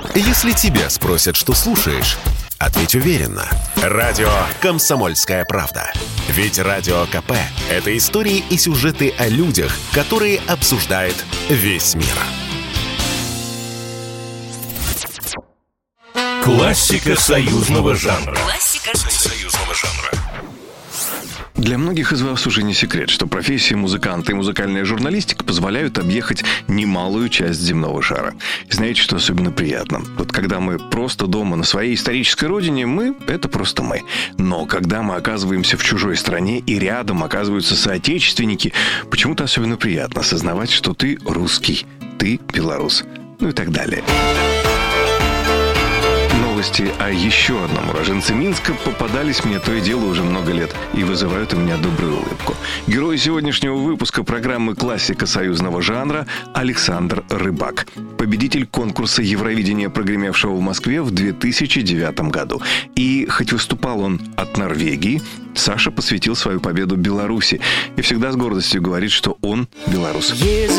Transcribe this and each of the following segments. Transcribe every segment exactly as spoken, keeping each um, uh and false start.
Если тебя спросят, что слушаешь, ответь уверенно. Радио «Комсомольская правда». Ведь Радио КП – это истории и сюжеты о людях, которые обсуждает весь мир. Классика союзного жанра. Классика союзного жанра. Для многих из вас уже не секрет, что профессии музыканта и музыкальная журналистика позволяют объехать немалую часть земного шара. И знаете, что особенно приятно? Вот когда мы просто дома на своей исторической родине, мы — это просто мы. Но когда мы оказываемся в чужой стране и рядом оказываются соотечественники, почему-то особенно приятно осознавать, что ты русский, ты белорус, ну и так далее. Новости о еще одном уроженце Минска попадались мне то и дело уже много лет и вызывают у меня добрую улыбку. Герой сегодняшнего выпуска программы «Классика союзного жанра» Александр Рыбак. Победитель конкурса Евровидения, прогремевшего в Москве в две тысячи девятом году. И хоть выступал он от Норвегии, Саша посвятил свою победу Беларуси и всегда с гордостью говорит, что он белорус.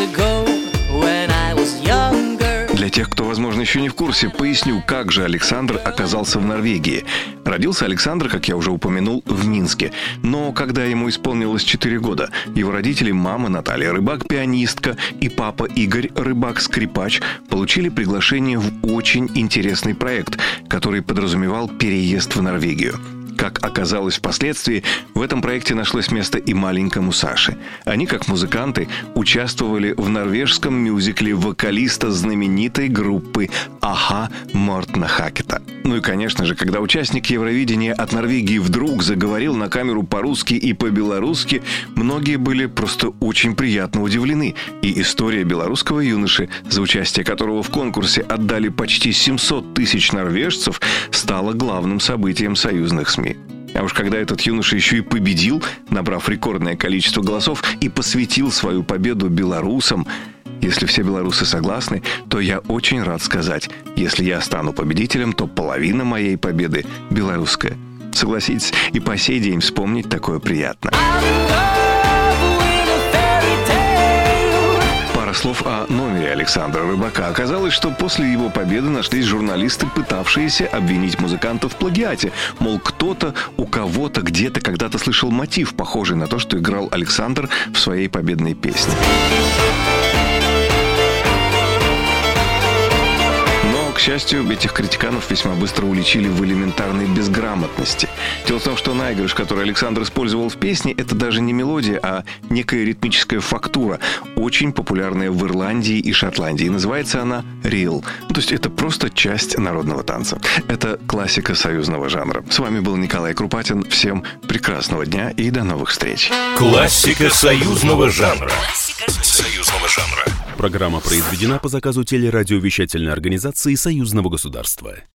Для тех, кто, возможно, еще не в курсе, поясню, как же Александр оказался в Норвегии. Родился Александр, как я уже упомянул, в Минске. Но когда ему исполнилось четыре года, его родители, мама Наталья Рыбак, пианистка, и папа Игорь Рыбак, скрипач, получили приглашение в очень интересный проект, который подразумевал переезд в Норвегию. Как оказалось впоследствии, в этом проекте нашлось место и маленькому Саше. Они, как музыканты, участвовали в норвежском мюзикле вокалиста знаменитой группы «Аха» Мортна Хакета. Ну и, конечно же, когда участник Евровидения от Норвегии вдруг заговорил на камеру по-русски и по-белорусски, многие были просто очень приятно удивлены. И история белорусского юноши, за участие которого в конкурсе отдали почти семьсот тысяч норвежцев, стала главным событием союзных СМИ. А уж когда этот юноша еще и победил, набрав рекордное количество голосов, и посвятил свою победу белорусам, если все белорусы согласны, то я очень рад сказать, если я стану победителем, то половина моей победы белорусская. Согласитесь, и по сей день вспомнить такое приятно. Слов о номере Александра Рыбака. Оказалось, что после его победы нашлись журналисты, пытавшиеся обвинить музыканта в плагиате. Мол, кто-то у кого-то где-то когда-то слышал мотив, похожий на то, что играл Александр в своей победной песне. К счастью, этих критиканов весьма быстро уличили в элементарной безграмотности. Дело в том, что наигрыш, который Александр использовал в песне, это даже не мелодия, а некая ритмическая фактура, очень популярная в Ирландии и Шотландии. Называется она «рил». То есть это просто часть народного танца. Это классика союзного жанра. С вами был Николай Крупатин. Всем прекрасного дня и до новых встреч. Классика союзного жанра. Классика союзного жанра. Программа произведена по заказу телерадиовещательной организации Союзного государства.